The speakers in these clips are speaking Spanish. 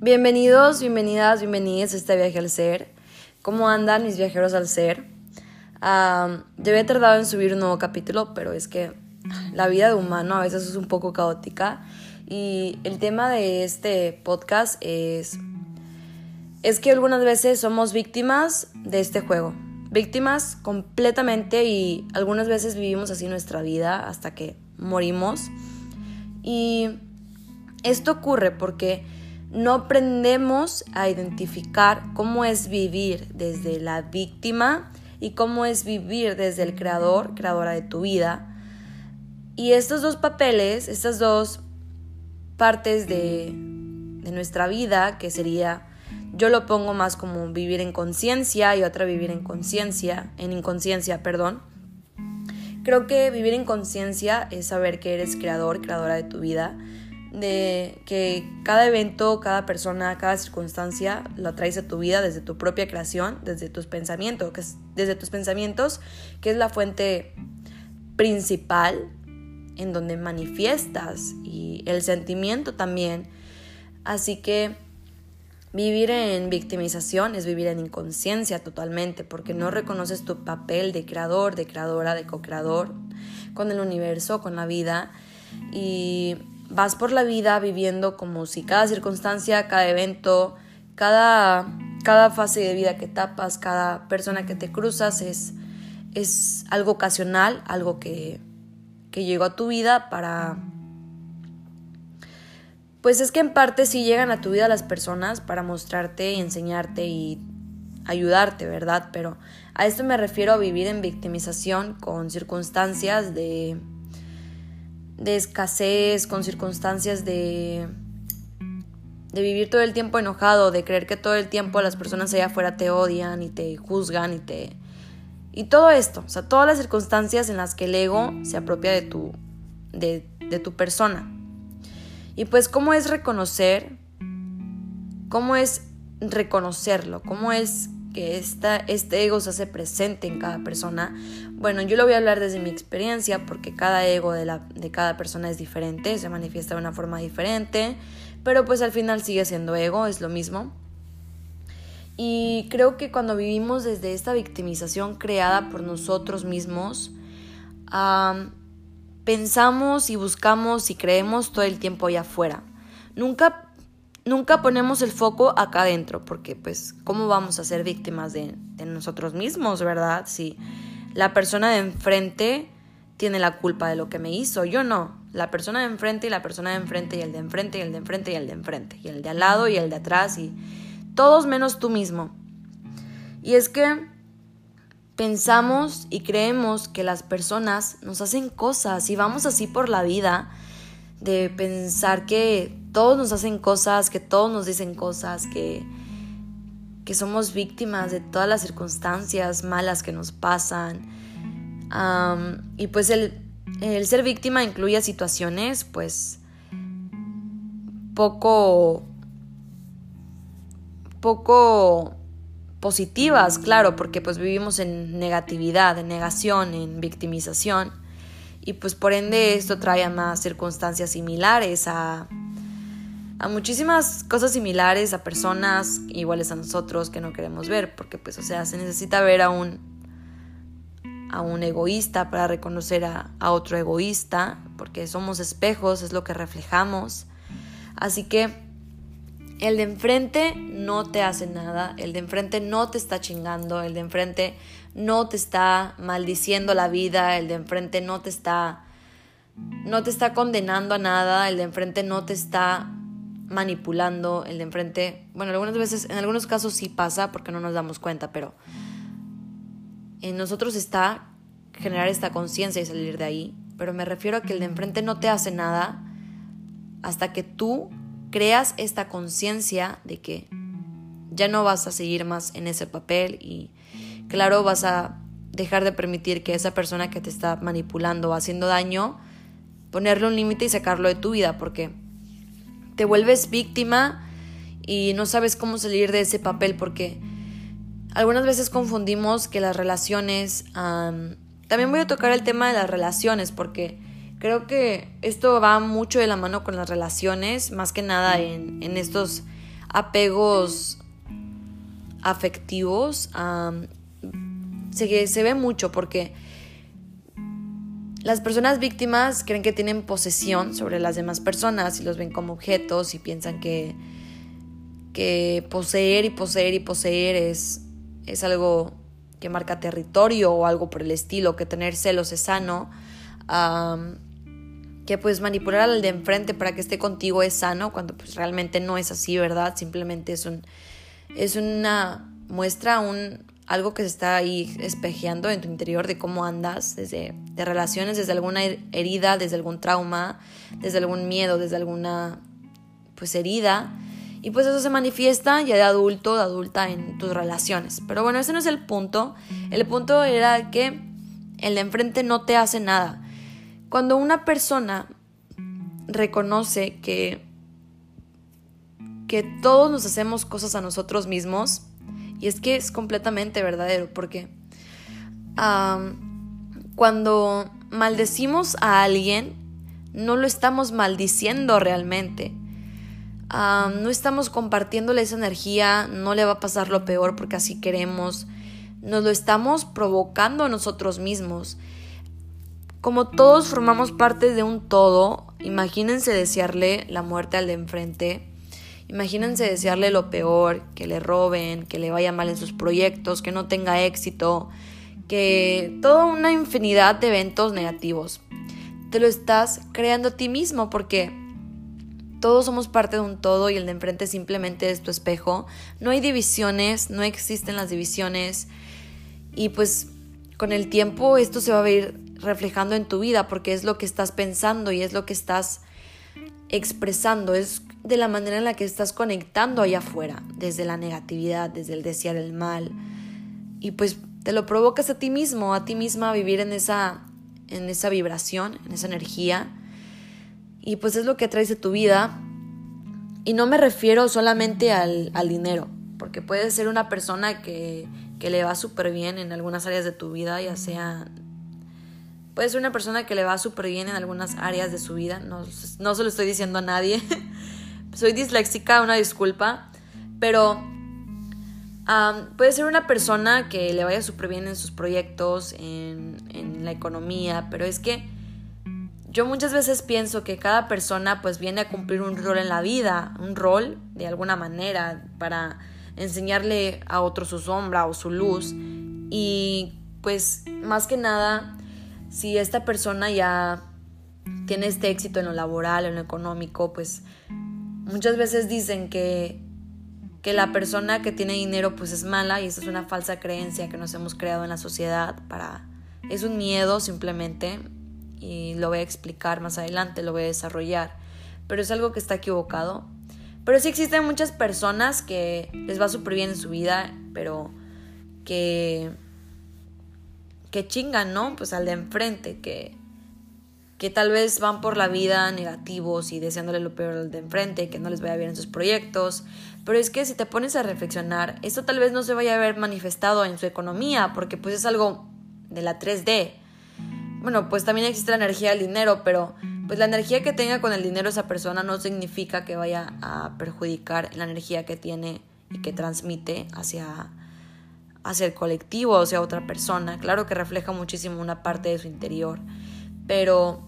Bienvenidos, bienvenidas, bienvenidos a este viaje al ser. ¿Cómo andan mis viajeros al ser? Yo había tardado en subir un nuevo capítulo, pero es que la vida de humano a veces es un poco caótica. Y el tema de este podcast es que algunas veces somos víctimas de este juego. Víctimas completamente, y algunas veces vivimos así nuestra vida hasta que morimos. Y esto ocurre porque no aprendemos a identificar cómo es vivir desde la víctima y cómo es vivir desde el creador, creadora de tu vida. Y estos dos papeles, estas dos partes de nuestra vida, que sería, yo lo pongo más como vivir en conciencia y otra vivir en inconsciencia. Creo que vivir en conciencia es saber que eres creador, creadora de tu vida, de que cada evento, cada persona, cada circunstancia lo traes a tu vida desde tu propia creación, desde tus pensamientos, que es la fuente principal en donde manifiestas, y el sentimiento también. Así que vivir en victimización es vivir en inconsciencia totalmente, porque no reconoces tu papel de creador, de creadora, de co-creador con el universo, con la vida, y vas por la vida viviendo como si cada circunstancia, cada evento, cada fase de vida que tapas, cada persona que te cruzas es algo ocasional, algo que llegó a tu vida para... Pues es que en parte sí llegan a tu vida las personas para mostrarte, enseñarte y ayudarte, ¿verdad? Pero a esto me refiero, a vivir en victimización con circunstancias de escasez, con circunstancias de vivir todo el tiempo enojado, de creer que todo el tiempo las personas allá afuera te odian y te juzgan y todo esto, o sea, todas las circunstancias en las que el ego se apropia de tu persona. Y pues, ¿cómo es reconocerlo? ¿Cómo es que este ego se hace presente en cada persona? Bueno, yo lo voy a hablar desde mi experiencia, porque cada ego de cada persona es diferente, se manifiesta de una forma diferente, pero pues al final sigue siendo ego, es lo mismo. Y creo que cuando vivimos desde esta victimización creada por nosotros mismos, pensamos y buscamos y creemos todo el tiempo allá afuera. Nunca ponemos el foco acá adentro, porque pues ¿cómo vamos a ser víctimas de nosotros mismos, verdad? Si la persona de enfrente tiene la culpa de lo que me hizo, yo no. La persona de enfrente y la persona de enfrente y el de enfrente y el de enfrente y el de enfrente y el de al lado y el de atrás, y todos menos tú mismo. Y es que pensamos y creemos que las personas nos hacen cosas, y vamos así por la vida de pensar que todos nos hacen cosas, que todos nos dicen cosas, que somos víctimas de todas las circunstancias malas que nos pasan. Y pues el ser víctima incluye situaciones pues poco positivas, claro, porque pues vivimos en negatividad, en negación, en victimización, y pues por ende esto trae a más circunstancias similares, a muchísimas cosas similares, a personas iguales a nosotros que no queremos ver, porque pues, o sea, se necesita ver a un egoísta para reconocer a otro egoísta, porque somos espejos, es lo que reflejamos. Así que el de enfrente no te hace nada, el de enfrente no te está chingando, el de enfrente no te está maldiciendo la vida, el de enfrente no te está condenando a nada, el de enfrente no te está manipulando, el de enfrente, bueno, algunas veces, en algunos casos sí pasa porque no nos damos cuenta, pero en nosotros está generar esta conciencia y salir de ahí. Pero me refiero a que el de enfrente no te hace nada hasta que tú creas esta conciencia de que ya no vas a seguir más en ese papel, y claro, vas a dejar de permitir que esa persona que te está manipulando o haciendo daño, ponerle un límite y sacarlo de tu vida, porque te vuelves víctima y no sabes cómo salir de ese papel, porque algunas veces confundimos que las relaciones... También voy a tocar el tema de las relaciones, porque creo que esto va mucho de la mano con las relaciones, más que nada en estos apegos afectivos, se ve mucho porque las personas víctimas creen que tienen posesión sobre las demás personas y los ven como objetos y piensan que poseer es algo que marca territorio o algo por el estilo, que tener celos es sano, que pues manipular al de enfrente para que esté contigo es sano, cuando pues realmente no es así, ¿verdad? Simplemente es una muestra, algo que se está ahí espejeando en tu interior de cómo andas, de relaciones, desde alguna herida, desde algún trauma, desde algún miedo, desde alguna pues herida. Y pues eso se manifiesta ya de adulto, de adulta en tus relaciones. Pero bueno, ese no es el punto. El punto era que el de enfrente no te hace nada. Cuando una persona reconoce que todos nos hacemos cosas a nosotros mismos, y es que es completamente verdadero, porque cuando maldecimos a alguien, no lo estamos maldiciendo realmente. No estamos compartiéndole esa energía, no le va a pasar lo peor porque así queremos. Nos lo estamos provocando nosotros mismos. Como todos formamos parte de un todo, imagínense desearle la muerte al de enfrente. Imagínense desearle lo peor, que le roben, que le vaya mal en sus proyectos, que no tenga éxito, que toda una infinidad de eventos negativos. Te lo estás creando a ti mismo porque todos somos parte de un todo y el de enfrente simplemente es tu espejo. No hay divisiones, no existen las divisiones y pues con el tiempo esto se va a ir reflejando en tu vida porque es lo que estás pensando y es lo que estás expresando, es de la manera en la que estás conectando allá afuera, desde la negatividad, desde el desear el mal, y pues te lo provocas a ti mismo, a ti misma, a vivir en esa vibración, en esa energía, y pues es lo que traes de tu vida. Y no me refiero solamente al dinero, porque puedes ser una persona que le va súper bien en algunas áreas de tu vida, ya sea... Puede ser una persona que le va súper bien en algunas áreas de su vida. No se lo estoy diciendo a nadie. Soy disléxica, una disculpa. Pero puede ser una persona que le vaya súper bien en sus proyectos, en la economía. Pero es que yo muchas veces pienso que cada persona pues viene a cumplir un rol en la vida. Un rol de alguna manera para enseñarle a otro su sombra o su luz. Y pues más que nada... Si esta persona ya tiene este éxito en lo laboral, en lo económico, pues muchas veces dicen que la persona que tiene dinero pues es mala, y esa es una falsa creencia que nos hemos creado en la sociedad. Es un miedo simplemente, y lo voy a explicar más adelante, lo voy a desarrollar, pero es algo que está equivocado. Pero sí existen muchas personas que les va súper bien en su vida, pero que chingan, ¿no? Pues al de enfrente, que tal vez van por la vida negativos y deseándole lo peor al de enfrente, que no les vaya bien en sus proyectos. Pero es que si te pones a reflexionar, esto tal vez no se vaya a ver manifestado en su economía, porque pues es algo de la 3D. Bueno, pues también existe la energía del dinero, pero pues la energía que tenga con el dinero esa persona no significa que vaya a perjudicar la energía que tiene y que transmite hacia el colectivo, o sea, otra persona. Claro que refleja muchísimo una parte de su interior, pero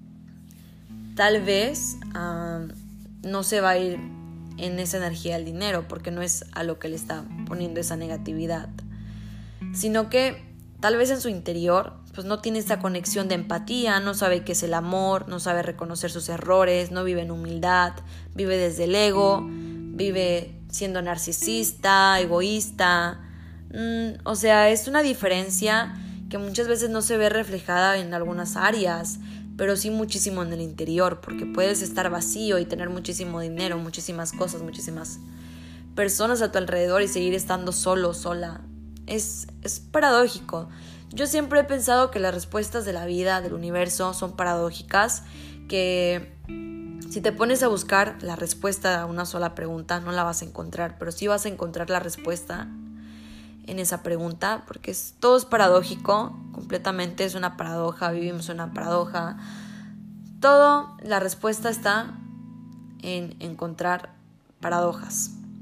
tal vez no se va a ir en esa energía del dinero, porque no es a lo que le está poniendo esa negatividad, sino que tal vez en su interior pues no tiene esa conexión de empatía, no sabe qué es el amor, no sabe reconocer sus errores, no vive en humildad, vive desde el ego, vive siendo narcisista, egoísta. O sea, es una diferencia que muchas veces no se ve reflejada en algunas áreas, pero sí muchísimo en el interior, porque puedes estar vacío y tener muchísimo dinero, muchísimas cosas, muchísimas personas a tu alrededor y seguir estando solo, sola. Es paradójico. Yo siempre he pensado que las respuestas de la vida, del universo, son paradójicas, que si te pones a buscar la respuesta a una sola pregunta, no la vas a encontrar, pero sí vas a encontrar la respuesta en esa pregunta, porque todo es paradójico, completamente es una paradoja, vivimos una paradoja. Todo, la respuesta está en encontrar paradojas.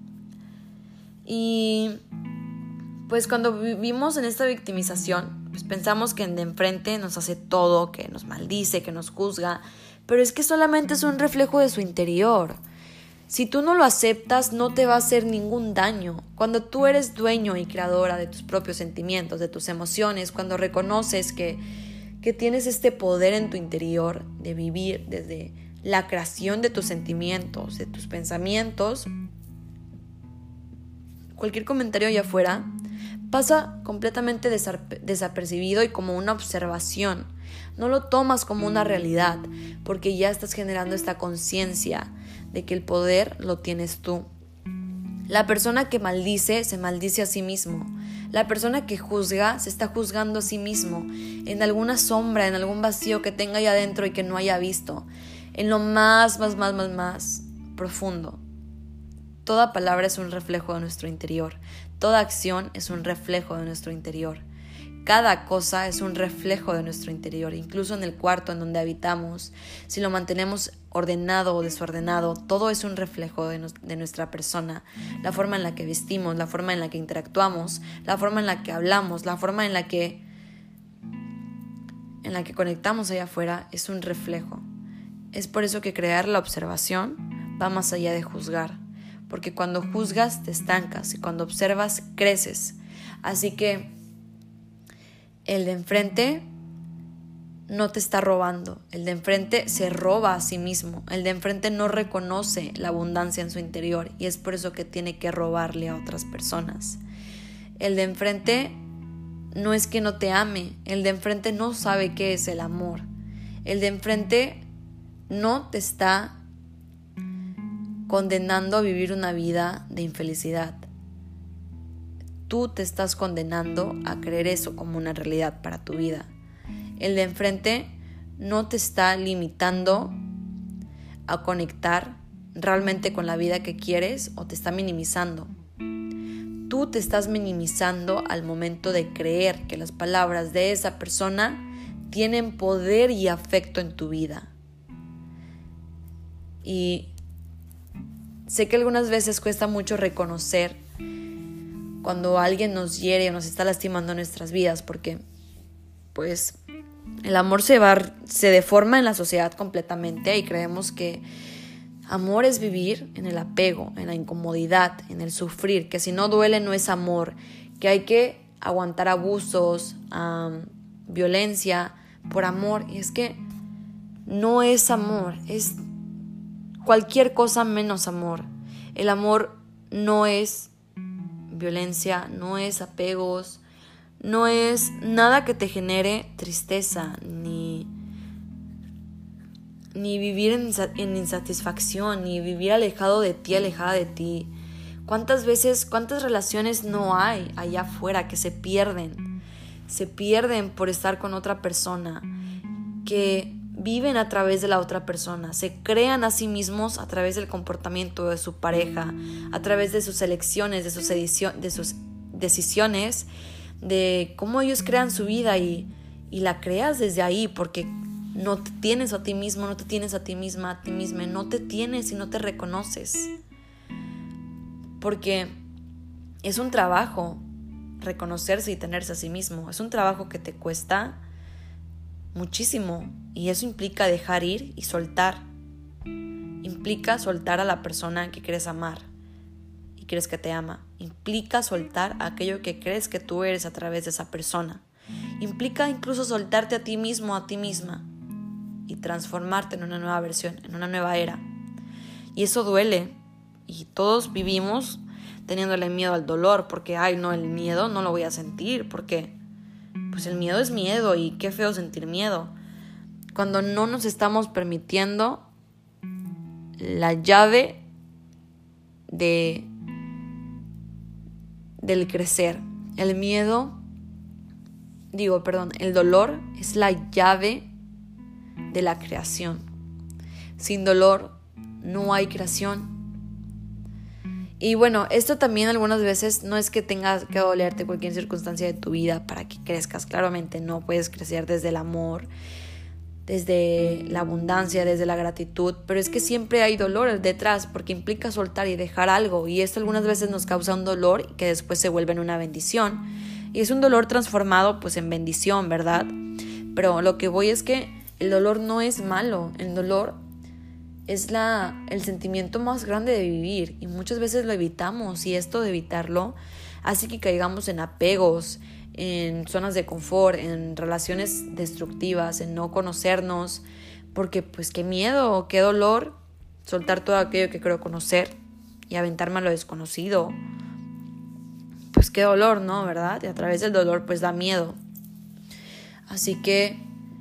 Y pues cuando vivimos en esta victimización, pues pensamos que el de enfrente nos hace todo, que nos maldice, que nos juzga, pero es que solamente es un reflejo de su interior. Si tú no lo aceptas, no te va a hacer ningún daño. Cuando tú eres dueño y creadora de tus propios sentimientos, de tus emociones, cuando reconoces que tienes este poder en tu interior de vivir desde la creación de tus sentimientos, de tus pensamientos, cualquier comentario allá afuera pasa completamente desapercibido y como una observación. No lo tomas como una realidad, porque ya estás generando esta conciencia de que el poder lo tienes tú. La persona que maldice se maldice a sí mismo. La persona que juzga se está juzgando a sí mismo en alguna sombra, en algún vacío que tenga ahí adentro y que no haya visto, en lo más profundo. Toda palabra es un reflejo de nuestro interior. Toda acción es un reflejo de nuestro interior. Cada cosa es un reflejo de nuestro interior, incluso en el cuarto en donde habitamos. Si lo mantenemos ordenado o desordenado, todo es un reflejo de nuestra persona. La forma en la que vestimos, la forma en la que interactuamos, la forma en la que hablamos, la forma en la que conectamos allá afuera es un reflejo. Es por eso que crear la observación va más allá de juzgar, porque cuando juzgas te estancas y cuando observas creces. Así que el de enfrente no te está robando, el de enfrente se roba a sí mismo, el de enfrente no reconoce la abundancia en su interior y es por eso que tiene que robarle a otras personas. El de enfrente no es que no te ame, el de enfrente no sabe qué es el amor, el de enfrente no te está condenando a vivir una vida de infelicidad. Tú te estás condenando a creer eso como una realidad para tu vida. El de enfrente no te está limitando a conectar realmente con la vida que quieres o te está minimizando. Tú te estás minimizando al momento de creer que las palabras de esa persona tienen poder y afecto en tu vida. Y sé que algunas veces cuesta mucho reconocer cuando alguien nos hiere o nos está lastimando en nuestras vidas, porque pues el amor se deforma en la sociedad completamente y creemos que amor es vivir en el apego, en la incomodidad, en el sufrir, que si no duele no es amor, que hay que aguantar abusos, violencia por amor. Y es que no es amor, es cualquier cosa menos amor. El amor no es violencia, no es apegos, no es nada que te genere tristeza, ni vivir en insatisfacción, ni vivir alejado de ti, alejada de ti. ¿Cuántas relaciones no hay allá afuera que se pierden? Se pierden por estar con otra persona, que viven a través de la otra persona, se crean a sí mismos a través del comportamiento de su pareja, a través de sus elecciones, de sus decisiones, de cómo ellos crean su vida y la creas desde ahí, porque no te tienes a ti mismo, no te tienes a ti misma, a ti misma, no te tienes y no te reconoces. Porque es un trabajo reconocerse y tenerse a sí mismo, es un trabajo que te cuesta muchísimo y eso implica dejar ir y soltar. Implica soltar a la persona que quieres amar y crees que te ama. Implica soltar aquello que crees que tú eres a través de esa persona. Implica incluso soltarte a ti mismo, a ti misma y transformarte en una nueva versión, en una nueva era. Y eso duele y todos vivimos teniéndole miedo al dolor porque, el miedo no lo voy a sentir porque pues el miedo es miedo y qué feo sentir miedo. Cuando no nos estamos permitiendo la llave del crecer. El dolor es la llave de la creación. Sin dolor no hay creación. Y bueno, esto también algunas veces no es que tengas que dolerte cualquier circunstancia de tu vida para que crezcas. Claramente no puedes crecer desde el amor desde la abundancia, desde la gratitud, pero es que siempre hay dolor detrás porque implica soltar y dejar algo, y esto algunas veces nos causa un dolor que después se vuelve en una bendición, y es un dolor transformado pues en bendición, ¿verdad? Pero lo que voy es que el dolor no es malo, el dolor es el sentimiento más grande de vivir y muchas veces lo evitamos, y esto de evitarlo hace que caigamos en apegos, en zonas de confort, en relaciones destructivas, en no conocernos, porque pues qué miedo, qué dolor soltar todo aquello que creo conocer y aventarme a lo desconocido. Pues qué dolor, ¿no? ¿Verdad? Y a través del dolor pues da miedo. Así que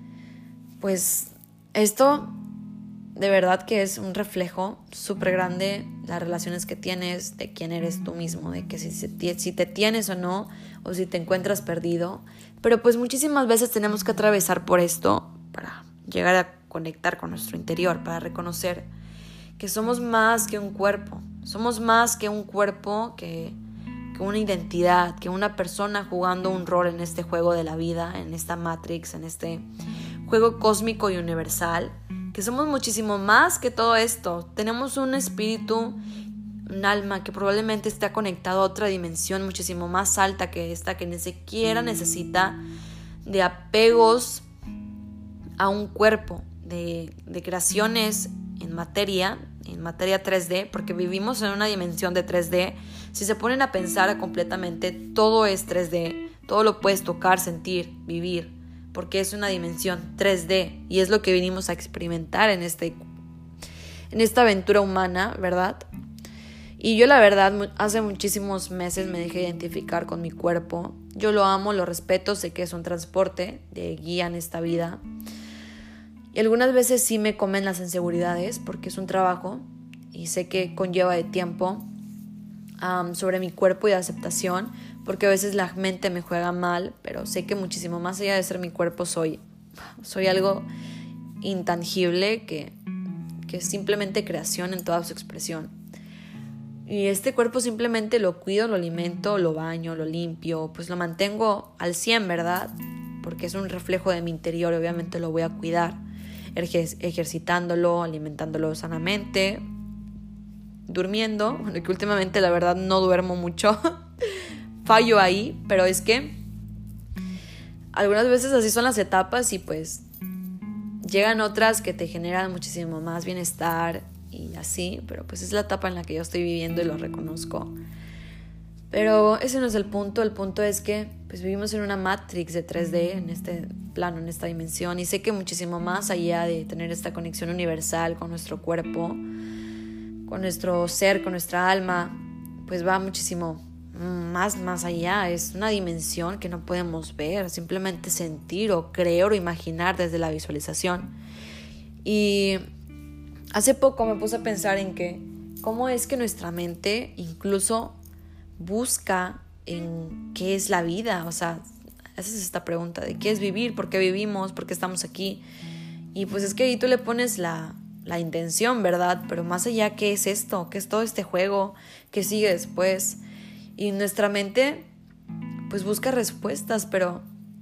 pues esto de verdad que es un reflejo súper grande, las relaciones que tienes, de quién eres tú mismo, de que si te tienes o no, o si te encuentras perdido. Pero pues muchísimas veces tenemos que atravesar por esto para llegar a conectar con nuestro interior, para reconocer que somos más que un cuerpo, somos más que un cuerpo, que una identidad, que una persona jugando un rol en este juego de la vida, en esta Matrix, en este juego cósmico y universal, que somos muchísimo más que todo esto. Tenemos un espíritu, un alma que probablemente está conectado a otra dimensión muchísimo más alta que esta, que ni siquiera necesita de apegos a un cuerpo, de creaciones en materia 3D, porque vivimos en una dimensión de 3D. Si se ponen a pensar completamente, todo es 3D, todo lo puedes tocar, sentir, vivir, porque es una dimensión 3D y es lo que vinimos a experimentar en esta aventura humana, ¿verdad? Y yo la verdad hace muchísimos meses me dejé identificar con mi cuerpo. Yo lo amo, lo respeto, sé que es un transporte de guía en esta vida. Y algunas veces sí me comen las inseguridades porque es un trabajo y sé que conlleva de tiempo sobre mi cuerpo y de aceptación, porque a veces la mente me juega mal, pero sé que muchísimo más allá de ser mi cuerpo soy algo intangible que es simplemente creación en toda su expresión. Y este cuerpo simplemente lo cuido, lo alimento, lo baño, lo limpio, pues lo mantengo al 100, ¿verdad? Porque es un reflejo de mi interior, obviamente lo voy a cuidar, ejercitándolo, alimentándolo sanamente, durmiendo, bueno, que últimamente la verdad no duermo mucho, fallo ahí, pero es que algunas veces así son las etapas y pues llegan otras que te generan muchísimo más bienestar y así, pero pues es la etapa en la que yo estoy viviendo y lo reconozco. Pero ese no es el punto es que pues vivimos en una Matrix de 3D, en este plano, en esta dimensión, y sé que muchísimo más allá de tener esta conexión universal con nuestro cuerpo, con nuestro ser, con nuestra alma, pues va muchísimo más allá. Es una dimensión que no podemos ver, simplemente sentir o creer o imaginar desde la visualización. Y hace poco me puse a pensar en que cómo es que nuestra mente incluso busca en qué es la vida. O sea, esa es esta pregunta de qué es vivir, por qué vivimos, por qué estamos aquí. Y pues es que ahí tú le pones la intención, ¿verdad? Pero más allá, ¿qué es esto? ¿Qué es todo este juego? ¿Qué sigue después? Y nuestra mente pues busca respuestas, pero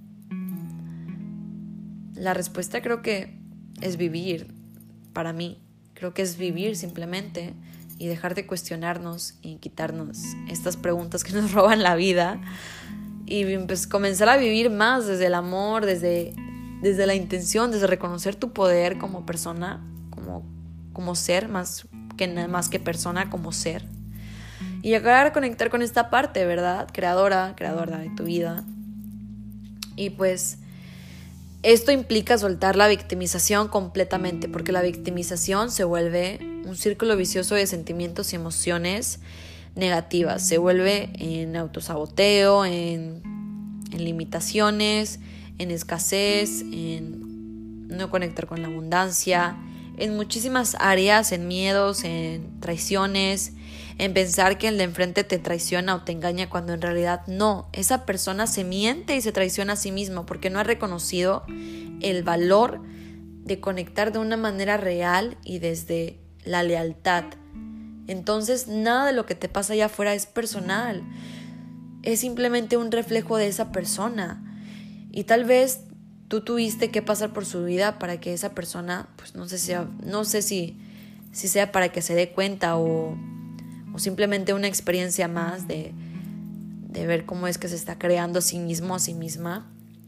la respuesta creo que es vivir. Para mí, creo que es vivir simplemente y dejar de cuestionarnos y quitarnos estas preguntas que nos roban la vida y pues comenzar a vivir más desde el amor, desde la intención, desde reconocer tu poder como persona, como ser, más que persona, como ser, y llegar a conectar con esta parte, ¿verdad? Creadora de tu vida. Y pues esto implica soltar la victimización completamente, porque la victimización se vuelve un círculo vicioso de sentimientos y emociones negativas. Se vuelve en autosaboteo, en limitaciones, en escasez, en no conectar con la abundancia, en muchísimas áreas, en miedos, en traiciones, en pensar que el de enfrente te traiciona o te engaña cuando en realidad no. Esa persona se miente y se traiciona a sí mismo porque no ha reconocido el valor de conectar de una manera real y desde la lealtad. Entonces nada de lo que te pasa allá afuera es personal, es simplemente un reflejo de esa persona. Y tal vez tú tuviste que pasar por su vida para que esa persona, pues no sé si sea para que se dé cuenta o simplemente una experiencia más de ver cómo es que se está creando a sí mismo, a sí misma,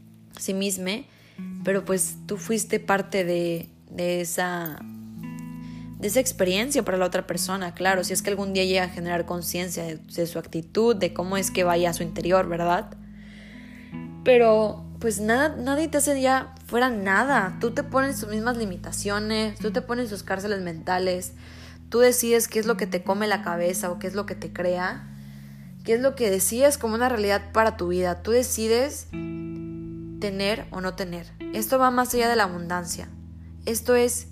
pero pues tú fuiste parte de esa experiencia para la otra persona, claro, si es que algún día llega a generar conciencia de su actitud, de cómo es que vaya a su interior, ¿verdad? Pero pues nadie te hace ya fuera nada, tú te pones tus mismas limitaciones, tú te pones tus cárceles mentales, tú decides qué es lo que te come la cabeza o qué es lo que te crea, qué es lo que decides como una realidad para tu vida, tú decides tener o no tener. Esto va más allá de la abundancia, esto es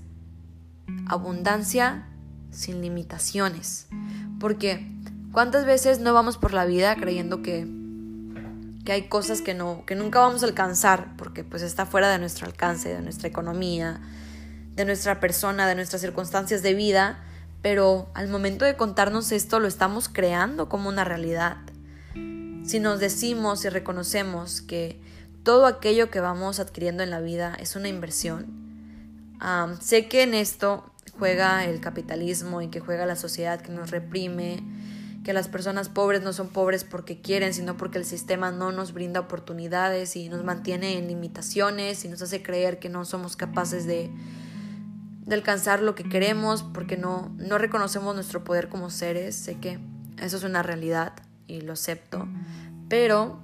abundancia sin limitaciones, porque ¿cuántas veces no vamos por la vida creyendo que hay cosas que nunca vamos a alcanzar porque pues está fuera de nuestro alcance, de nuestra economía, de nuestra persona, de nuestras circunstancias de vida, pero al momento de contarnos esto lo estamos creando como una realidad? Si nos decimos y reconocemos que todo aquello que vamos adquiriendo en la vida es una inversión, sé que en esto juega el capitalismo y que juega la sociedad que nos reprime, que las personas pobres no son pobres porque quieren, sino porque el sistema no nos brinda oportunidades y nos mantiene en limitaciones y nos hace creer que no somos capaces de alcanzar lo que queremos porque no reconocemos nuestro poder como seres. Sé que eso es una realidad y lo acepto, pero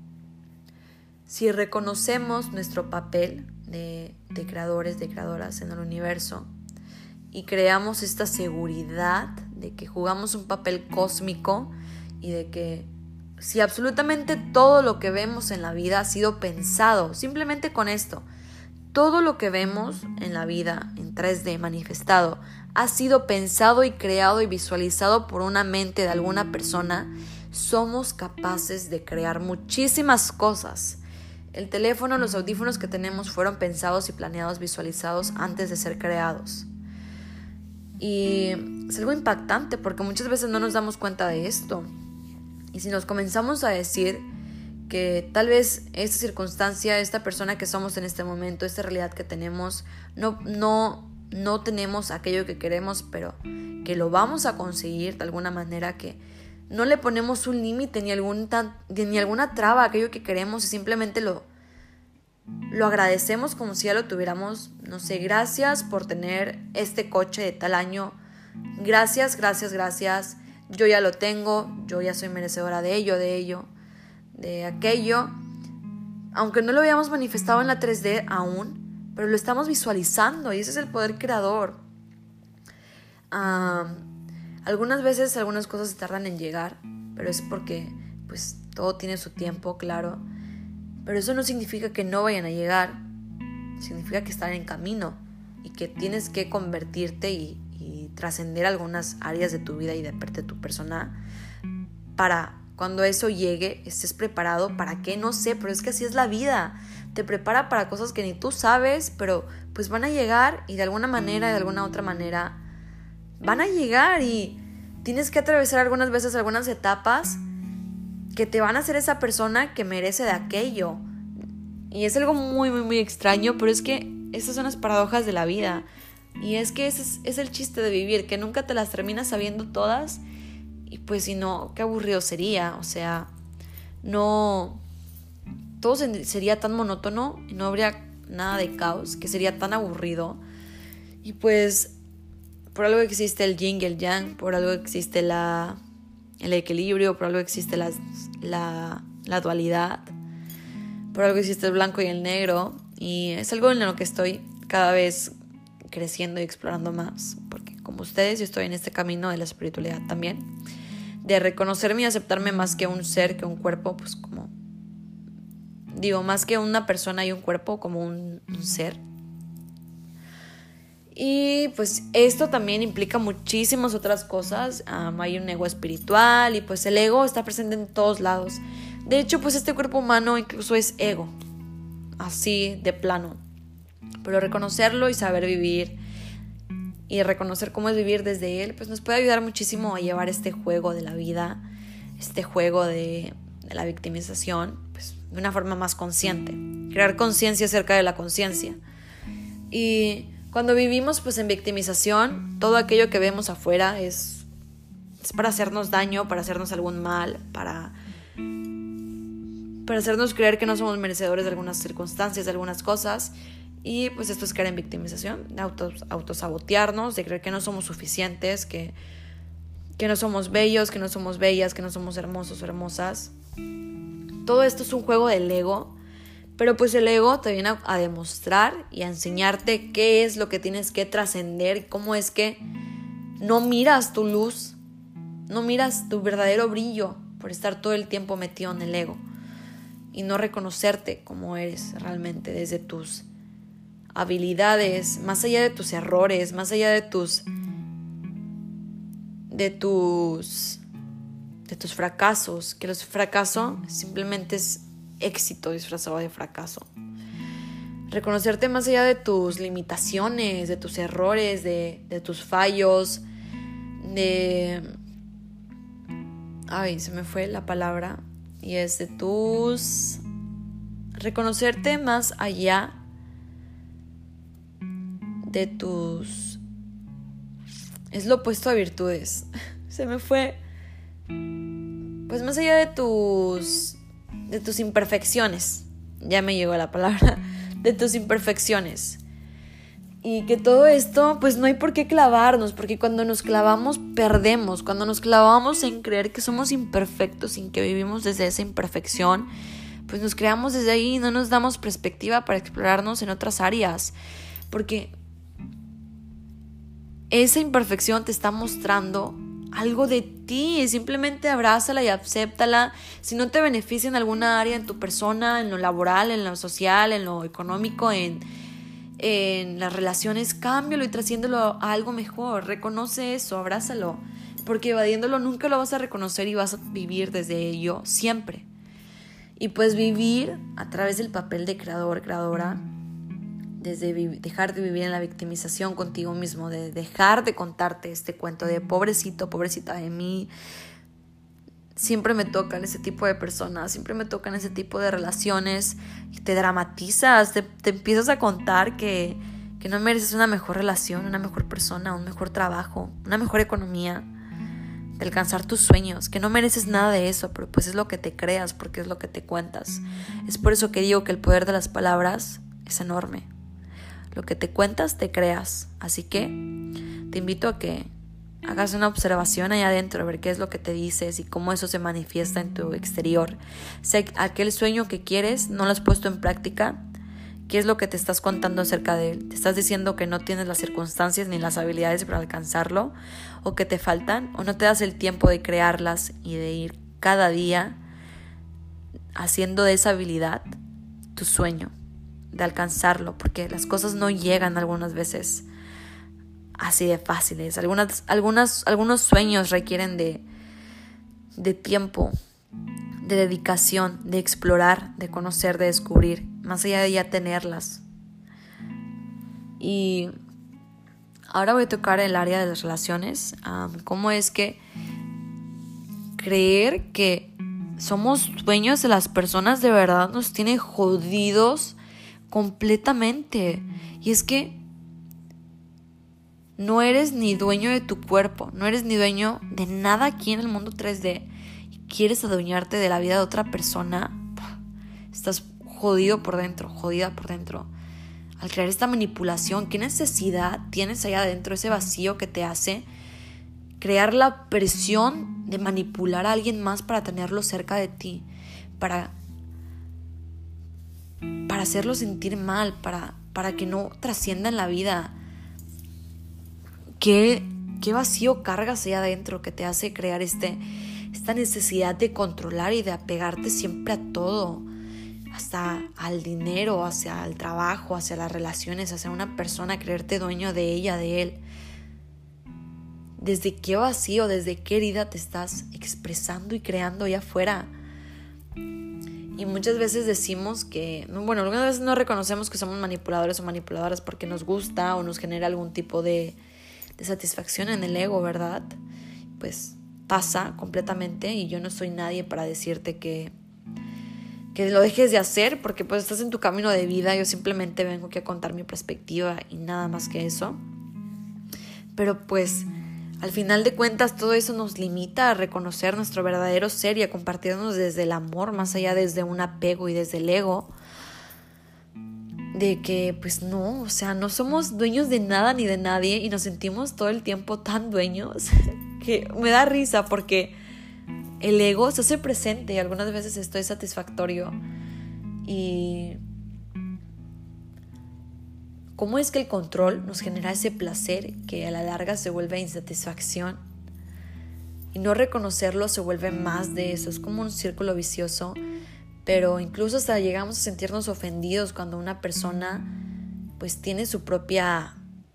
si reconocemos nuestro papel de creadores, de creadoras en el universo y creamos esta seguridad de que jugamos un papel cósmico y de que si absolutamente todo lo que vemos en la vida ha sido pensado, simplemente con esto, todo lo que vemos en la vida en 3D manifestado ha sido pensado y creado y visualizado por una mente de alguna persona, somos capaces de crear muchísimas cosas. El teléfono, los audífonos que tenemos fueron pensados y planeados, visualizados antes de ser creados. Y es algo impactante porque muchas veces no nos damos cuenta de esto. Y si nos comenzamos a decir que tal vez esta circunstancia, esta persona que somos en este momento, esta realidad que tenemos, no tenemos aquello que queremos, pero que lo vamos a conseguir de alguna manera, que no le ponemos un límite ni alguna traba a aquello que queremos y simplemente lo agradecemos como si ya lo tuviéramos. No sé, gracias por tener este coche de tal año, gracias, yo ya lo tengo, yo ya soy merecedora de ello, de aquello, aunque no lo habíamos manifestado en la 3D aún, pero lo estamos visualizando y ese es el poder creador. Algunas veces algunas cosas se tardan en llegar, pero es porque pues todo tiene su tiempo, claro. Pero eso no significa que no vayan a llegar, significa que están en camino y que tienes que convertirte y trascender algunas áreas de tu vida y de parte de tu persona para cuando eso llegue estés preparado. ¿Para qué? No sé, pero es que así es la vida. Te prepara para cosas que ni tú sabes, pero pues van a llegar y de alguna manera, de alguna otra manera van a llegar y tienes que atravesar algunas veces algunas etapas que te van a hacer esa persona que merece de aquello. Y es algo muy, muy, muy extraño, pero es que esas son las paradojas de la vida. Y es que ese es el chiste de vivir, que nunca te las terminas sabiendo todas. Y pues si no, qué aburrido sería. O sea, no, todo sería tan monótono y no habría nada de caos, que sería tan aburrido. Y pues por algo existe el yin y el yang, por algo existe el equilibrio, por algo existe la dualidad, por algo existe el blanco y el negro, y es algo en lo que estoy cada vez creciendo y explorando más, porque como ustedes yo estoy en este camino de la espiritualidad también, de reconocerme y aceptarme más que un ser, que un cuerpo, pues como digo, más que una persona y un cuerpo, como un ser. Y pues esto también implica muchísimas otras cosas. Hay un ego espiritual y pues el ego está presente en todos lados. De hecho, pues este cuerpo humano incluso es ego, así de plano. Pero reconocerlo y saber vivir y reconocer cómo es vivir desde él, pues nos puede ayudar muchísimo a llevar este juego de la vida, este juego de la victimización, pues de una forma más consciente, crear conciencia acerca de la conciencia. Y cuando vivimos pues en victimización, todo aquello que vemos afuera es para hacernos daño, para hacernos algún mal, para hacernos creer que no somos merecedores de algunas circunstancias, de algunas cosas. Y pues esto es caer en victimización, de autosabotearnos, de creer que no somos suficientes, que no somos bellos, que no somos bellas, que no somos hermosos o hermosas. Todo esto es un juego del ego, pero pues el ego te viene a demostrar y a enseñarte qué es lo que tienes que trascender, cómo es que no miras tu luz, no miras tu verdadero brillo por estar todo el tiempo metido en el ego y no reconocerte como eres realmente desde tus habilidades, más allá de tus errores, más allá de tus fracasos, que los fracaso simplemente es éxito disfrazado de fracaso. Reconocerte más allá de tus limitaciones, de tus errores, de tus fallos, se me fue la palabra, y es de tus... Reconocerte más allá de tus... Es lo opuesto a virtudes. Se me fue. Pues más allá de tus imperfecciones. Ya me llegó la palabra. De tus imperfecciones. Y que todo esto, pues no hay por qué clavarnos, porque cuando nos clavamos perdemos. Cuando nos clavamos en creer que somos imperfectos, sin que vivimos desde esa imperfección, pues nos creamos desde ahí y no nos damos perspectiva para explorarnos en otras áreas. Porque esa imperfección te está mostrando algo de ti. Simplemente abrázala y acéptala. Si no te beneficia en alguna área en tu persona, en lo laboral, en lo social, en lo económico, en las relaciones, cámbialo y trasciéndelo a algo mejor. Reconoce eso, abrázalo, porque evadiéndolo nunca lo vas a reconocer y vas a vivir desde ello siempre. Y pues vivir a través del papel de creador, creadora, desde dejar de vivir en la victimización contigo mismo, de dejar de contarte este cuento de pobrecito, pobrecita de mí. Siempre me tocan ese tipo de personas, siempre me tocan ese tipo de relaciones y te dramatizas, te empiezas a contar que no mereces una mejor relación, una mejor persona, un mejor trabajo, una mejor economía, de alcanzar tus sueños, que no mereces nada de eso, pero pues es lo que te creas porque es lo que te cuentas. Es por eso que digo que el poder de las palabras es enorme. Lo que te cuentas, te creas. Así que te invito a que hagas una observación allá adentro, a ver qué es lo que te dices y cómo eso se manifiesta en tu exterior. Si aquel sueño que quieres no lo has puesto en práctica, ¿qué es lo que te estás contando acerca de él? ¿Te estás diciendo que no tienes las circunstancias ni las habilidades para alcanzarlo? ¿O que te faltan? ¿O no te das el tiempo de crearlas y de ir cada día haciendo de esa habilidad tu sueño, de alcanzarlo? Porque las cosas no llegan algunas veces así de fáciles. Algunos sueños requieren de tiempo, de dedicación, de explorar, de conocer, de descubrir, más allá de ya tenerlas. Y ahora voy a tocar el área de las relaciones. Cómo es que creer que somos dueños de las personas de verdad nos tiene jodidos completamente. Y es que no eres ni dueño de tu cuerpo, no eres ni dueño de nada aquí en el mundo 3D. Y quieres adueñarte de la vida de otra persona, estás jodido por dentro, jodida por dentro. Al crear esta manipulación, ¿qué necesidad tienes allá adentro? Ese vacío que te hace crear la presión de manipular a alguien más para tenerlo cerca de ti, para hacerlo sentir mal, para que no trascienda en la vida. ¿Qué vacío cargas allá adentro que te hace crear esta necesidad de controlar y de apegarte siempre a todo? Hasta al dinero, hacia el trabajo, hacia las relaciones, hacia una persona, creerte dueño de ella, de él. ¿Desde qué vacío, desde qué herida te estás expresando y creando allá afuera? Y muchas veces decimos algunas veces no reconocemos que somos manipuladores o manipuladoras porque nos gusta o nos genera algún tipo de satisfacción en el ego, ¿verdad? Pues pasa completamente y yo no soy nadie para decirte que que lo dejes de hacer porque pues estás en tu camino de vida. Yo simplemente vengo aquí a contar mi perspectiva y nada más que eso. Pero pues al final de cuentas todo eso nos limita a reconocer nuestro verdadero ser y a compartirnos desde el amor, más allá desde un apego y desde el ego. De que pues no, o sea, no somos dueños de nada ni de nadie y nos sentimos todo el tiempo tan dueños que me da risa porque el ego se hace presente y algunas veces esto es satisfactorio. Y cómo es que el control nos genera ese placer que a la larga se vuelve insatisfacción y no reconocerlo se vuelve más de eso, es como un círculo vicioso. Pero incluso hasta llegamos a sentirnos ofendidos cuando una persona pues tiene su propia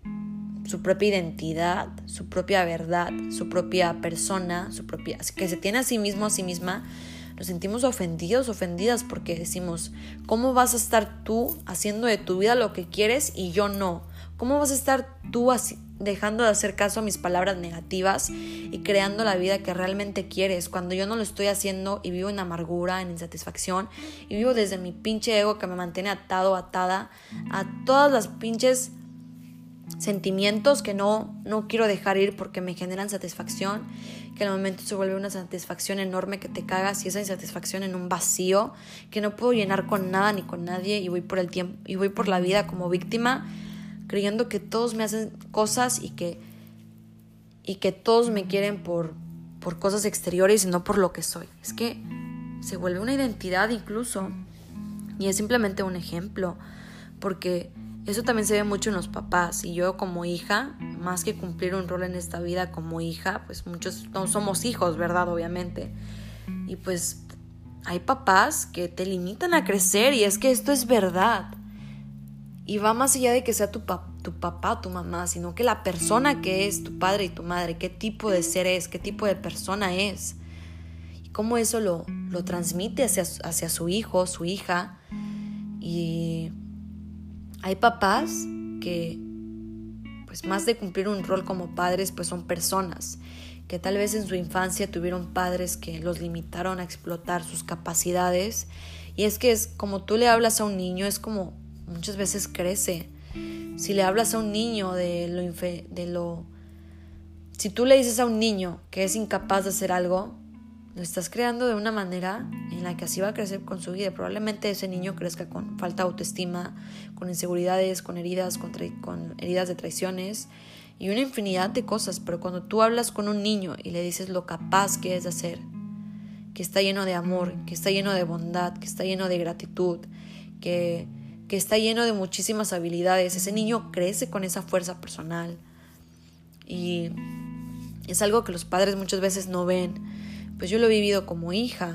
identidad, su propia verdad, su propia persona, que se tiene a sí mismo, a sí misma. Nos sentimos ofendidos, ofendidas porque decimos, ¿cómo vas a estar tú haciendo de tu vida lo que quieres y yo no? ¿Cómo vas a estar tú dejando de hacer caso a mis palabras negativas y creando la vida que realmente quieres cuando yo no lo estoy haciendo y vivo en amargura, en insatisfacción y vivo desde mi pinche ego que me mantiene atado, atada a todas las pinches sentimientos que no quiero dejar ir porque me generan satisfacción, que al momento se vuelve una satisfacción enorme que te cagas y esa insatisfacción en un vacío que no puedo llenar con nada ni con nadie y voy por el tiempo y voy por la vida como víctima creyendo que todos me hacen cosas y que todos me quieren por cosas exteriores y no por lo que soy. Es que se vuelve una identidad incluso y es simplemente un ejemplo porque eso también se ve mucho en los papás y yo como hija, más que cumplir un rol en esta vida como hija, pues muchos no somos hijos, ¿verdad? Obviamente. Y pues hay papás que te limitan a crecer y es que esto es verdad. Y va más allá de que sea tu papá, tu mamá, sino que la persona que es tu padre y tu madre, qué tipo de ser es, qué tipo de persona es. Y cómo eso lo transmite hacia su hijo, su hija. Y hay papás que, pues más de cumplir un rol como padres, pues son personas que tal vez en su infancia tuvieron padres que los limitaron a explotar sus capacidades. Y es que es como tú le hablas a un niño, es como muchas veces crece. Si le hablas a un niño si tú le dices a un niño que es incapaz de hacer algo, lo estás creando de una manera en la que así va a crecer con su vida. Probablemente ese niño crezca con falta de autoestima, con inseguridades, con heridas, con heridas de traiciones y una infinidad de cosas. Pero cuando tú hablas con un niño y le dices lo capaz que es de hacer, que está lleno de amor, que está lleno de bondad, que está lleno de gratitud, que está lleno de muchísimas habilidades, ese niño crece con esa fuerza personal. Y es algo que los padres muchas veces no ven. Pues yo lo he vivido como hija.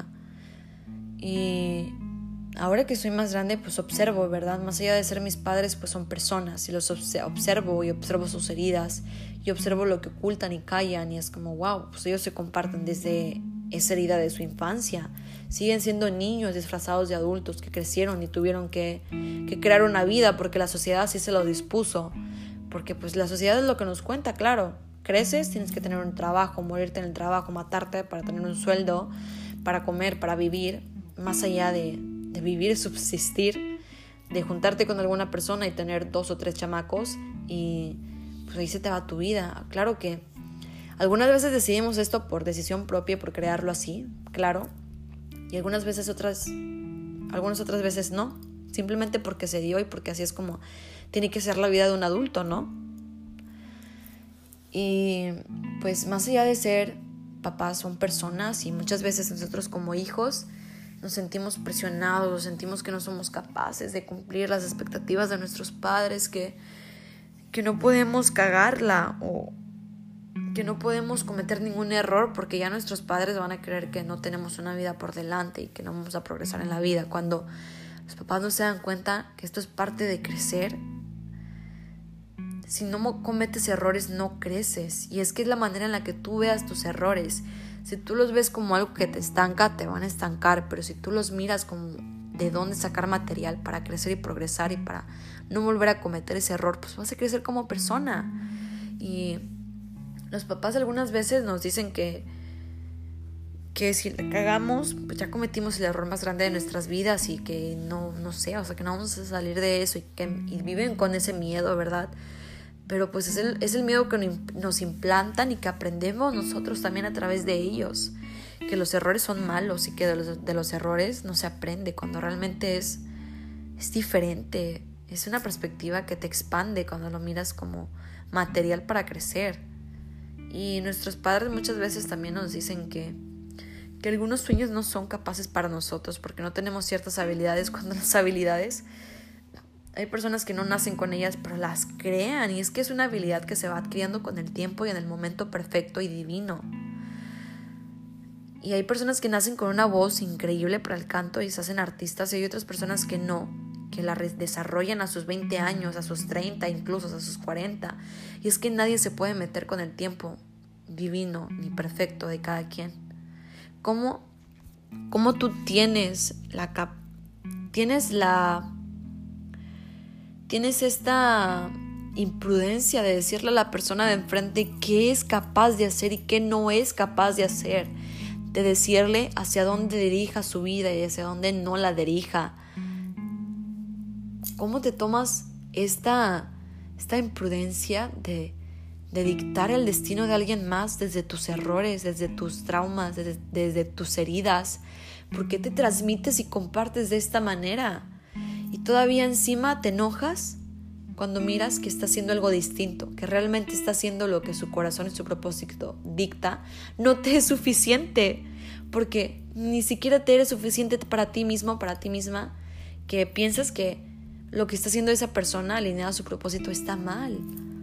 Y ahora que soy más grande, pues observo, ¿verdad? Más allá de ser mis padres, pues son personas. Y los observo y observo sus heridas. Y observo lo que ocultan y callan. Y es como, wow, pues ellos se comparten desde esa herida de su infancia. Siguen siendo niños disfrazados de adultos que crecieron y tuvieron que crear una vida porque la sociedad así se lo dispuso. Porque pues la sociedad es lo que nos cuenta, claro. Creces, tienes que tener un trabajo, morirte en el trabajo, matarte para tener un sueldo, para comer, para vivir. Más allá de vivir, subsistir, de juntarte con alguna persona y tener 2 o 3 chamacos y pues ahí se te va tu vida. Claro que algunas veces decidimos esto por decisión propia, por crearlo así, claro. Y algunas otras veces no, simplemente porque se dio y porque así es como tiene que ser la vida de un adulto, ¿no? Y pues más allá de ser papás, son personas y muchas veces nosotros como hijos nos sentimos presionados, sentimos que no somos capaces de cumplir las expectativas de nuestros padres, que no podemos cagarla o que no podemos cometer ningún error porque ya nuestros padres van a creer que no tenemos una vida por delante y que no vamos a progresar en la vida, cuando los papás no se dan cuenta que esto es parte de crecer. Si no cometes errores, no creces. Y es que es la manera en la que tú veas tus errores. Si tú los ves como algo que te estanca, te van a estancar. Pero si tú los miras como de dónde sacar material para crecer y progresar y para no volver a cometer ese error, pues vas a crecer como persona. Y los papás algunas veces nos dicen que que si la cagamos, pues ya cometimos el error más grande de nuestras vidas y que no sé, o sea, que no vamos a salir de eso y viven con ese miedo, ¿verdad? Pero pues es el miedo que nos implantan y que aprendemos nosotros también a través de ellos. Que los errores son malos y que de los errores no se aprende cuando realmente es diferente. Es una perspectiva que te expande cuando lo miras como material para crecer. Y nuestros padres muchas veces también nos dicen que algunos sueños no son capaces para nosotros porque no tenemos ciertas habilidades, cuando las habilidades hay personas que no nacen con ellas pero las crean, y es que es una habilidad que se va adquiriendo con el tiempo y en el momento perfecto y divino. Y hay personas que nacen con una voz increíble para el canto y se hacen artistas, y hay otras personas que no, que la desarrollan a sus 20 años, a sus 30, incluso a sus 40. Y es que nadie se puede meter con el tiempo divino ni perfecto de cada quien. ¿Cómo tú tienes esta imprudencia de decirle a la persona de enfrente qué es capaz de hacer y qué no es capaz de hacer? De decirle hacia dónde dirija su vida y hacia dónde no la dirija. ¿Cómo te tomas esta imprudencia de dictar el destino de alguien más desde tus errores, desde tus traumas, desde tus heridas? ¿Por qué te transmites y compartes de esta manera? Y todavía encima te enojas cuando miras que está haciendo algo distinto, que realmente está haciendo lo que su corazón y su propósito dicta. No te es suficiente, porque ni siquiera te eres suficiente para ti mismo, para ti misma, que piensas que lo que está haciendo esa persona alineada a su propósito está mal.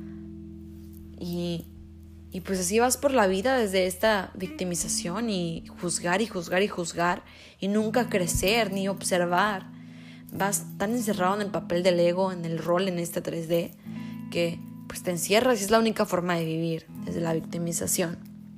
Y pues así vas por la vida desde esta victimización y juzgar y nunca crecer ni observar. Vas tan encerrado en el papel del ego, en el rol en este 3D, que pues te encierras y es la única forma de vivir, desde la victimización.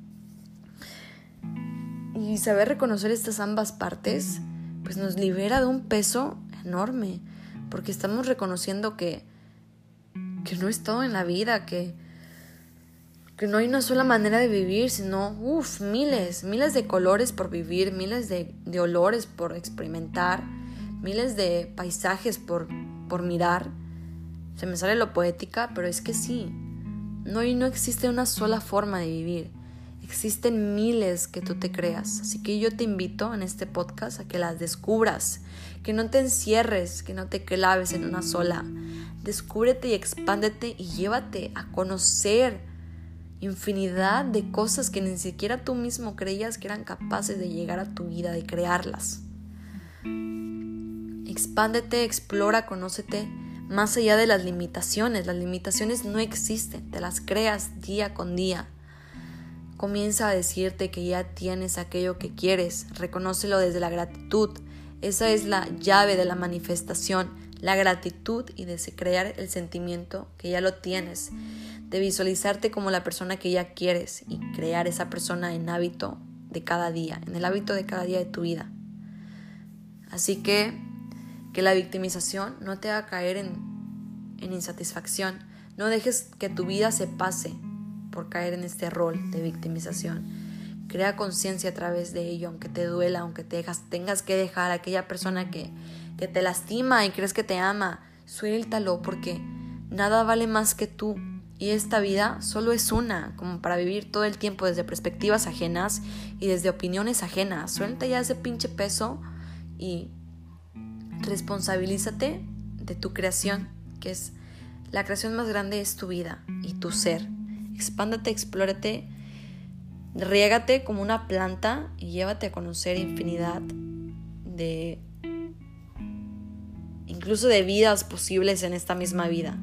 Y saber reconocer estas ambas partes pues nos libera de un peso enorme, porque estamos reconociendo que no es todo en la vida, que no hay una sola manera de vivir, sino miles de colores por vivir, miles de olores por experimentar, miles de paisajes por mirar. Se me sale lo poética, pero es que sí, no existe una sola forma de vivir, existen miles que tú te creas. Así que yo te invito en este podcast a que las descubras, que no te encierres, que no te claves en una sola. Descúbrete y expándete y llévate a conocer infinidad de cosas que ni siquiera tú mismo creías que eran capaces de llegar a tu vida, de crearlas. Expándete, explora, conócete más allá de las limitaciones. Las limitaciones no existen, te las creas día con día. Comienza a decirte que ya tienes aquello que quieres, reconócelo desde la gratitud. Esa es la llave de la manifestación, la gratitud, y de crear el sentimiento que ya lo tienes, de visualizarte como la persona que ya quieres y crear esa persona en hábito de cada día, en el hábito de cada día de tu vida. Así que la victimización no te haga caer en insatisfacción. No dejes que tu vida se pase por caer en este rol de victimización. Crea conciencia a través de ello, aunque te duela, aunque tengas que dejar a aquella persona que te lastima y crees que te ama. Suéltalo, porque nada vale más que tú. Y esta vida solo es una, como para vivir todo el tiempo desde perspectivas ajenas y desde opiniones ajenas. Suelta ya ese pinche peso y responsabilízate de tu creación, que es la creación más grande, es tu vida y tu ser. Expándate, explórate, riégate como una planta y llévate a conocer infinidad incluso de vidas posibles en esta misma vida.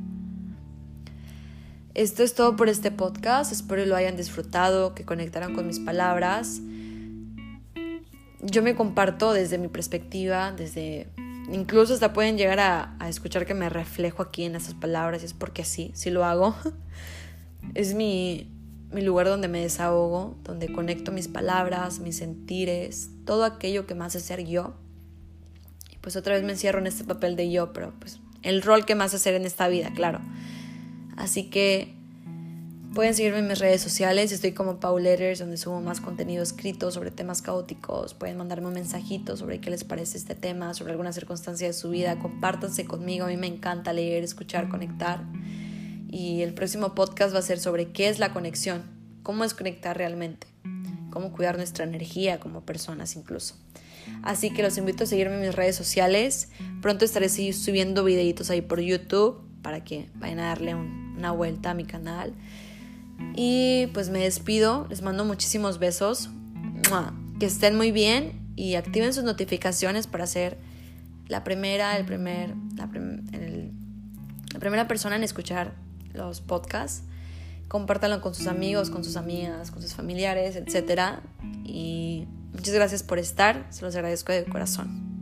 Esto es todo por este podcast. Espero lo hayan disfrutado, que conectaran con mis palabras. Yo me comparto desde mi perspectiva, incluso hasta pueden llegar a escuchar que me reflejo aquí en esas palabras, y es porque sí lo hago. Es mi lugar donde me desahogo, donde conecto mis palabras, mis sentires, todo aquello que me hace ser yo. Y pues otra vez me encierro en este papel de yo, pero pues el rol que me hace ser en esta vida, claro. Así que Pueden seguirme en mis redes sociales, estoy como Pauletters, donde subo más contenido escrito sobre temas caóticos. Pueden mandarme un mensajito sobre qué les parece este tema, sobre alguna circunstancia de su vida. Compártanse conmigo, a mí me encanta leer, escuchar, conectar. Y el próximo podcast va a ser sobre qué es la conexión, cómo es conectar realmente, cómo cuidar nuestra energía como personas incluso. Así que los invito a seguirme en mis redes sociales. Pronto estaré subiendo videitos ahí por YouTube para que vayan a darle una vuelta a mi canal. Y pues me despido, les mando muchísimos besos, que estén muy bien y activen sus notificaciones para ser la primera persona en escuchar los podcasts. Compártanlo con sus amigos, con sus amigas, con sus familiares, etc. Y muchas gracias por estar, se los agradezco de corazón.